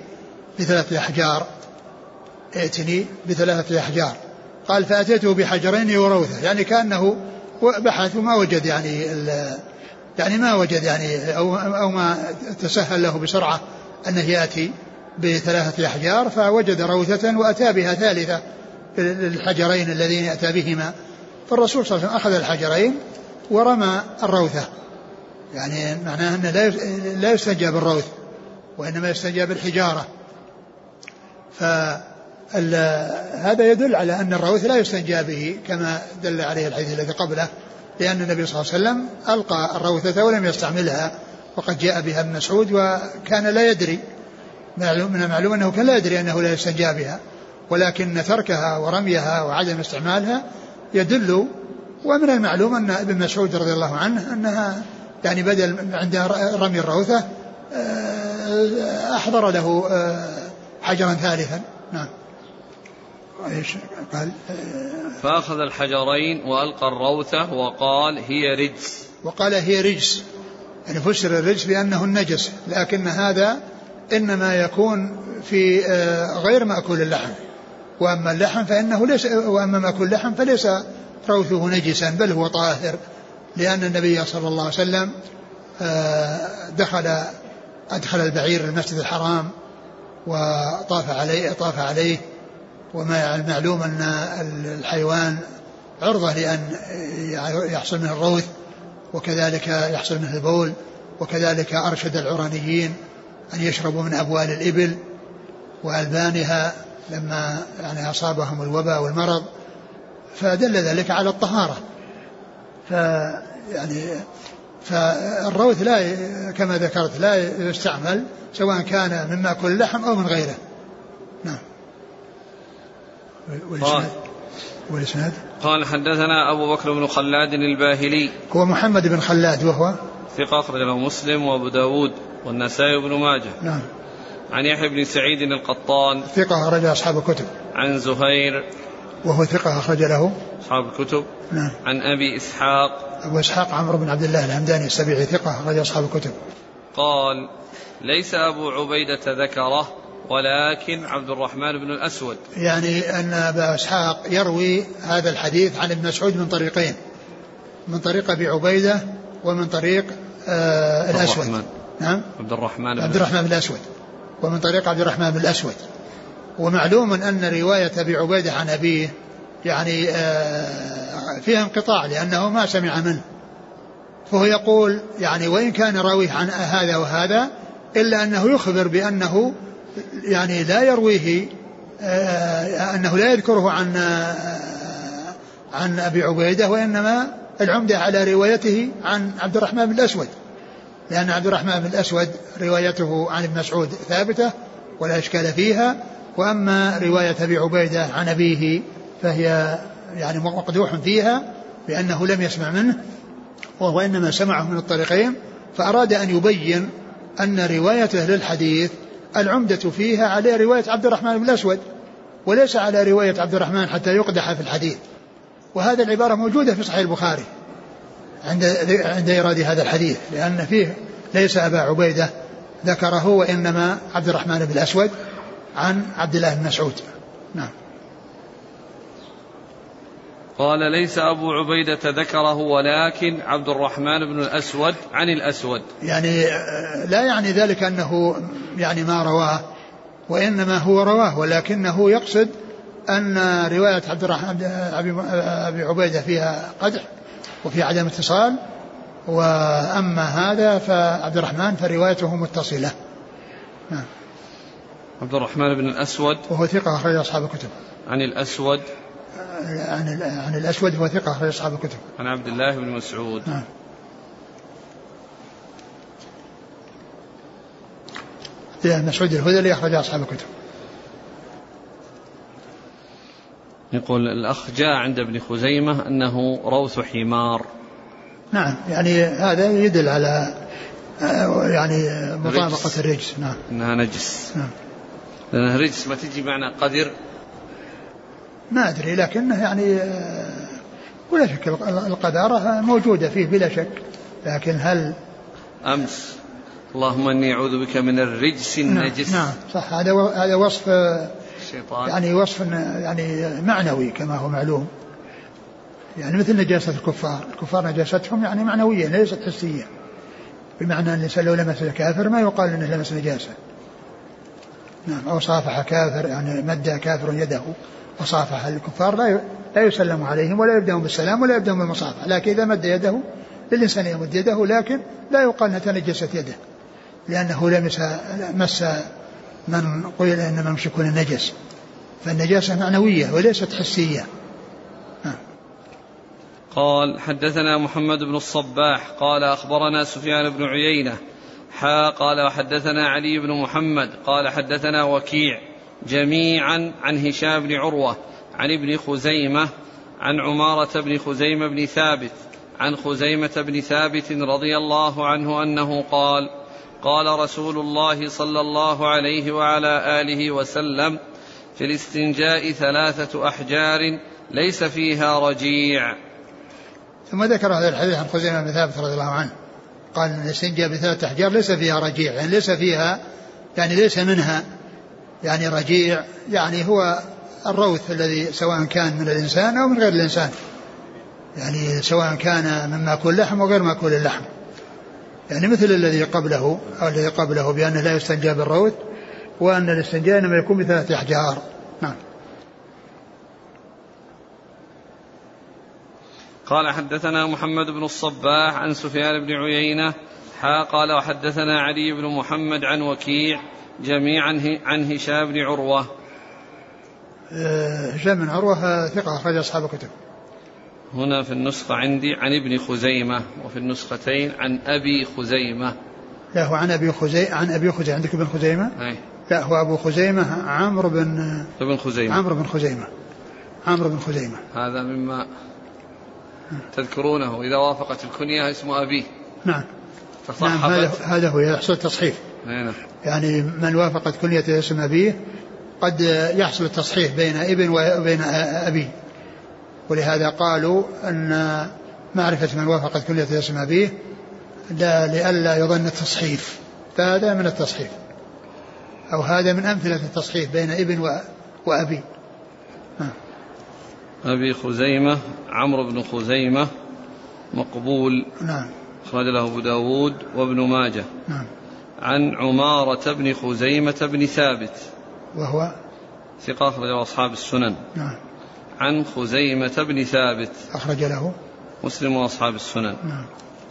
ب3 أحجار، قال فأتيته بحجرين وروثة، يعني كأنه بحث وما وجد يعني ما وجد يعني أو ما تسهل له بسرعة أنه يأتي ب3 أحجار، فوجد روثة وأتى بها ثالثة الحجرين الذين أتى بهما، فالرسول صلى الله عليه وسلم أخذ الحجرين ورمى الروثة، يعني معناه أنه لا يستنجى بالروث وإنما يستنجى بالحجارة، فهذا يدل على أن الروث لا يستنجى به كما دل عليه الحديث الذي قبله، لأن النبي صلى الله عليه وسلم ألقى الروثة ولم يستعملها، وقد جاء بها ابن مسعود وكان لا يدري، من المعلوم أنه كان لا يدري أنه لا يستنجى بها، ولكن تركها ورميها وعدم استعمالها يدل. ومن المعلوم أن ابن مسعود رضي الله عنه أنها يعني بدل عند رمي الروثة أحضر له حجرا ثالثا. نعم. قال فأخذ الحجرين وألقى الروثة وقال هي رجس، يعني فسر الرجس بأنه النجس، لكن هذا إنما يكون في غير مأكول اللحم، وأما اللحم فإنه ليس، وأما مأكول اللحم فليس روثه نجسا بل هو طاهر، لأن النبي صلى الله عليه وسلم أدخل البعير المسجد الحرام وطاف عليه، وما المعلوم أن الحيوان عرضة لأن يحصل منه الروث وكذلك يحصل منه البول، وكذلك أرشد العرانيين أن يشربوا من أبوال الإبل وألبانها لما يعني أصابهم الوباء والمرض، فدل ذلك على الطهارة. فالروث لا كما ذكرت لا يستعمل سواء كان مما كل اللحم أو من غيره. نعم. والإسناد قال حدثنا أبو بكر بن خلاد الباهلي هو محمد بن خلاد وهو ثقة أخرج له مسلم وأبو داود والنسائي بن ماجه. نعم. عن يحيى بن سعيد القطان ثقة أخرج أصحاب الكتب. عن زهير وهو ثقة أخرج له أصحاب الكتب. نعم. عن أبي إسحاق أبو إسحاق عمرو بن عبد الله الهمداني السبيعي ثقة أخرج أصحاب الكتب. قال ليس أبو عبيدة ذكره ولكن عبد الرحمن بن الأسود، يعني أن أبا إسحاق يروي هذا الحديث عن ابن مسعود من طريقين، من طريق أبي عبيدة ومن طريق الأسود. نعم. عبد الرحمن بن الأسود. ومن طريق عبد الرحمن بن الأسود. ومعلوم أن رواية أبي عبيدة عن أبيه يعني فيها انقطاع لأنه ما سمع منه، فهو يقول يعني وإن كان راويه عن هذا وهذا إلا أنه يخبر بأنه يعني لا يرويه، أنه لا يذكره عن أبي عبيدة، وإنما العمدة على روايته عن عبد الرحمن بن الأسود، لأن عبد الرحمن بن الأسود روايته عن ابن مسعود ثابتة ولا إشكال فيها، وأما رواية أبي عبيدة عن أبيه فهي يعني مقدوح فيها بأنه لم يسمع منه وهو إنما سمعه من الطريقين، فأراد أن يبين أن روايته للحديث العمدة فيها على رواية عبد الرحمن بن الأسود وليس على رواية عبد الرحمن حتى يقدح في الحديث. وهذا العبارة موجودة في صحيح البخاري عند إيراد هذا الحديث، لأن فيه ليس أبا عبيدة ذكره وإنما عبد الرحمن بن الأسود عن عبد الله بن مسعود. نعم. قال ليس أبو عبيدة ذكره ولكن عبد الرحمن بن الأسود عن الأسود، يعني لا يعني ذلك أنه يعني ما رواه، وإنما هو رواه ولكنه يقصد أن رواية عبد الرحمن أبي عبيدة فيها قدح وفي عدم اتصال، وأما هذا فعبد الرحمن فروايته متصلة. نعم. عبد الرحمن بن الأسود وهو ثقة أخرج أصحاب الكتب. عن الأسود عن الأسود هو ثقة أخرج أصحاب الكتب. عن عبد الله بن مسعود. نعم. مسعود الهذلي أخرج أصحاب الكتب. يقول الأخ جاء عند ابن خزيمة أنه روث حمار. نعم، يعني هذا يدل على يعني مطابقة الرجس. نعم. إنها نجس. نعم. لأنها رجس ما تجي معنى قدر، ما أدري، لكنه يعني ولا شك القذارة موجودة فيه بلا شك، لكن هل أمس اللهم إني أعوذ بك من الرجس النجس. نعم صح، هذا وصف الشيطان، يعني وصف يعني معنوي كما هو معلوم، يعني مثل نجاسة الكفار نجاستهم يعني معنوية ليست حسية، بمعنى أن الإنسان لو لمس الكافر ما يقال أنه لمس نجاسة. نعم. أو صافح كافر، يعني مد كافر يده وصافح الكفار لا يسلم عليهم ولا يبدأون بالسلام ولا يبدأون بالمصافحة، لكن إذا مد يده للإنسان يمد يده، لكن لا يقال أنها تنجست يده لأنه مس من قيل إنما يمسكون النجس، فالنجاسة معنوية وليست حسية. قال حدثنا محمد بن الصباح قال أخبرنا سفيان بن عيينة قال وحدثنا علي بن محمد قال حدثنا وكيع جميعا عن هشام بن عروة عن ابن خزيمة عن عمارة بن خزيمة بن ثابت عن خزيمة بن ثابت رضي الله عنه أنه قال قال رسول الله صلى الله عليه وعلى آله وسلم في الاستنجاء 3 أحجار ليس فيها رجيع. ثم ذكر هذا الحديث عن خزيمة بن ثابت رضي الله عنه قال ان الاستنجاء ب3 أحجار ليس فيها رجيع، يعني ليس فيها، يعني ليس منها يعني رجيع، يعني هو الروث الذي سواء كان من الإنسان أو من غير الإنسان، يعني سواء كان من مأكول لحم وغير مأكول اللحم، يعني مثل الذي قبله أو الذي قبله بأنه لا يستنجى بالروث، وأن الاستنجاء إنما يكون ب3 أحجار. نعم. قال حدثنا محمد بن الصباح عن سفيان بن عيينة قال وحدثنا علي بن محمد عن وكيع جميعا عن هشام بن عروة. هشام بن عروة ثقة أخرج أصحاب الكتب. هنا في النسخة عندي عن ابن خزيمة، وفي النسختين عن أبي خزيمة. لا هو عن أبي خزيمة. عندك ابن خزيمة؟ أي. لا هو أبو خزيمة عمرو بن خزيمة. هذا مما تذكرونه إذا وافقت الكنية اسم أبيه. نعم. هذا هو يحصل تصحيف. نعم. يعني من وافقت كنية اسم أبيه قد يحصل التصحيح بين ابن وبين أبيه، ولهذا قالوا أن معرفة من وافقت كنية اسم أبيه لئلا يظن التصحيف، فهذا من التصحيف، أو هذا من أمثلة التصحيف بين ابن وأبي. أبي خزيمة عمرو بن خزيمة مقبول. نعم. أخرج له أبو داود وابن ماجه. نعم. عن عمارة بن خزيمة بن ثابت وهو ثقة أخرج له أصحاب السنن. نعم. عن خزيمة بن ثابت أخرج له مسلم وأصحاب السنن. نعم.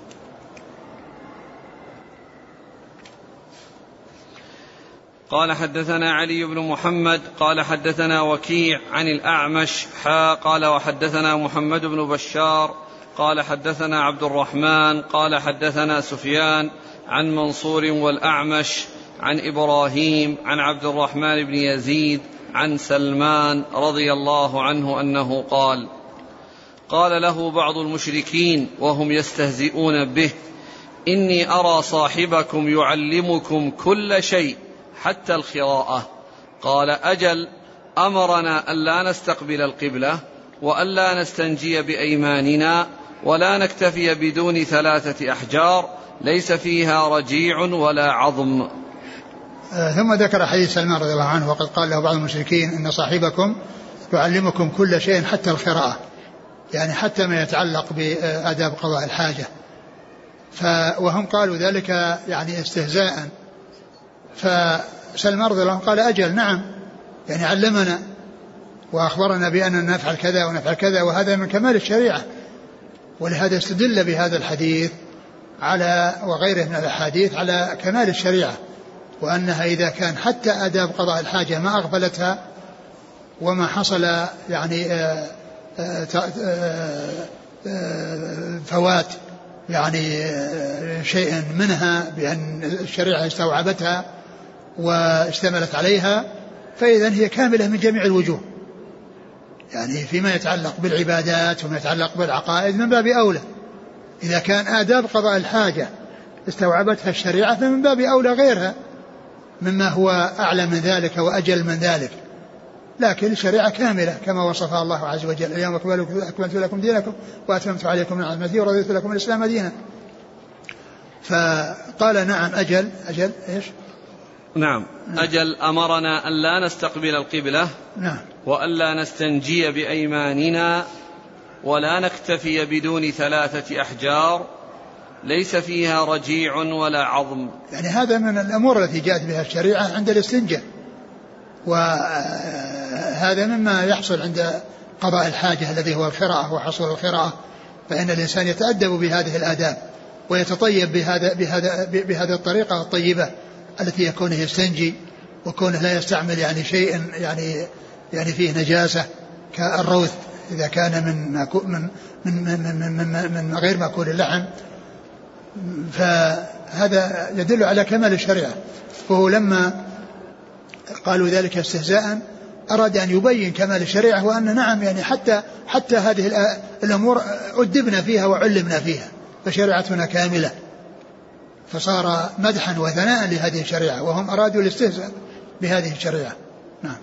قال حدثنا علي بن محمد قال حدثنا وكيع عن الأعمش قال وحدثنا محمد بن بشار قال حدثنا عبد الرحمن قال حدثنا سفيان عن منصور والأعمش عن إبراهيم عن عبد الرحمن بن يزيد عن سلمان رضي الله عنه أنه قال له بعض المشركين وهم يستهزئون به: إني أرى صاحبكم يعلمكم كل شيء حتى الخراءة. قال: أجل، أمرنا ألا نستقبل القبلة وألا نستنجي بأيماننا ولا نكتفي بدون 3 أحجار ليس فيها رجيع ولا عظم. ثم ذكر حديث سلمان رضي الله عنه وقد قال له بعض المشركين: إن صاحبكم يعلمكم كل شيء حتى القراءة، يعني حتى ما يتعلق بآداب قضاء الحاجة. وهم قالوا ذلك يعني استهزاء. فسلمان رضي الله عنه قال: أجل، نعم، يعني علمنا وأخبرنا بأننا نفعل كذا ونفعل كذا، وهذا من كمال الشريعة. ولهذا استدل بهذا الحديث على وغيره من الأحاديث على كمال الشريعة، وأنها إذا كان حتى آداب قضاء الحاجة ما أغفلتها وما حصل يعني فوات يعني شيء منها بأن الشريعة استوعبتها واشتملت عليها، فإذا هي كاملة من جميع الوجوه، يعني فيما يتعلق بالعبادات وما يتعلق بالعقائد من باب أولى. إذا كان آداب قضاء الحاجة استوعبتها الشريعة فمن باب أولى غيرها مما هو أعلى من ذلك وأجل من ذلك. لكن الشريعة كاملة كما وصفها الله عز وجل: اليوم أكملت لكم دينكم وأتممت عليكم نعمتي ورضيت لكم الإسلام دينا. فقال: نعم، أجل إيش؟ نعم، أجل، أمرنا أن لا نستقبل القبلة، نعم، وألا نستنجي بأيماننا ولا نكتفي بدون 3 أحجار ليس فيها رجيع ولا عظم. يعني هذا من الأمور التي جاءت بها الشريعة عند الاستنجاء، وهذا مما يحصل عند قضاء الحاجة الذي هو القراءة وحصول القراءة، فإن الإنسان يتأدب بهذه الآداب ويتطيب بهذه الطريقة الطيبة التي يكون يستنجي وكونه لا يستعمل يعني شيء يعني فيه نجاسة كالروث إذا كان من غير مأكول اللحم. فهذا يدل على كمال الشريعة. وهو لما قالوا ذلك استهزاء أراد أن يبين كمال الشريعة، وأن نعم يعني حتى هذه الأمور أدبنا فيها وعلمنا فيها، فشريعتنا كاملة. فصار مدحا وثناء لهذه الشريعة، وهم أرادوا الاستهزاء بهذه الشريعة. نعم.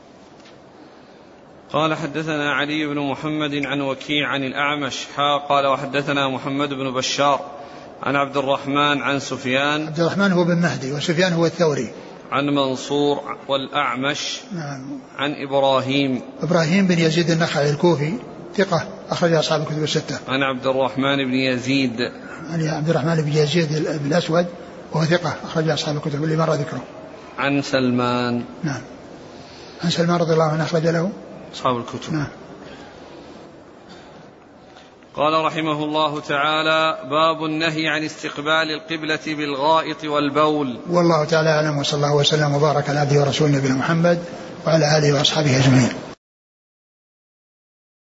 قال حدثنا علي بن محمد عن وكيع عن الأعمش قال وحدثنا محمد بن بشار عن عبد الرحمن عن سفيان. عبد الرحمن هو بن مهدي وسفيان هو الثوري. عن منصور والأعمش. نعم. عن إبراهيم بن يزيد النخعي الكوفي ثقة أخرج أصحاب الكتب الستة. عن عبد الرحمن بن يزيد. عن عبد الرحمن بن يزيد الأسود وهو ثقة أخرج أصحاب الكتب اللي مر ذكره. عن سلمان. نعم. عن سلمان رضي الله عنه أخرج له أصحاب الكتب. نعم. قال رحمه الله تعالى: باب النهي عن استقبال القبلة بالغائط والبول. والله تعالى أعلم، وصلى الله وسلم وبارك على عبده ورسوله نبينا محمد وعلى آله وأصحابه أجمعين.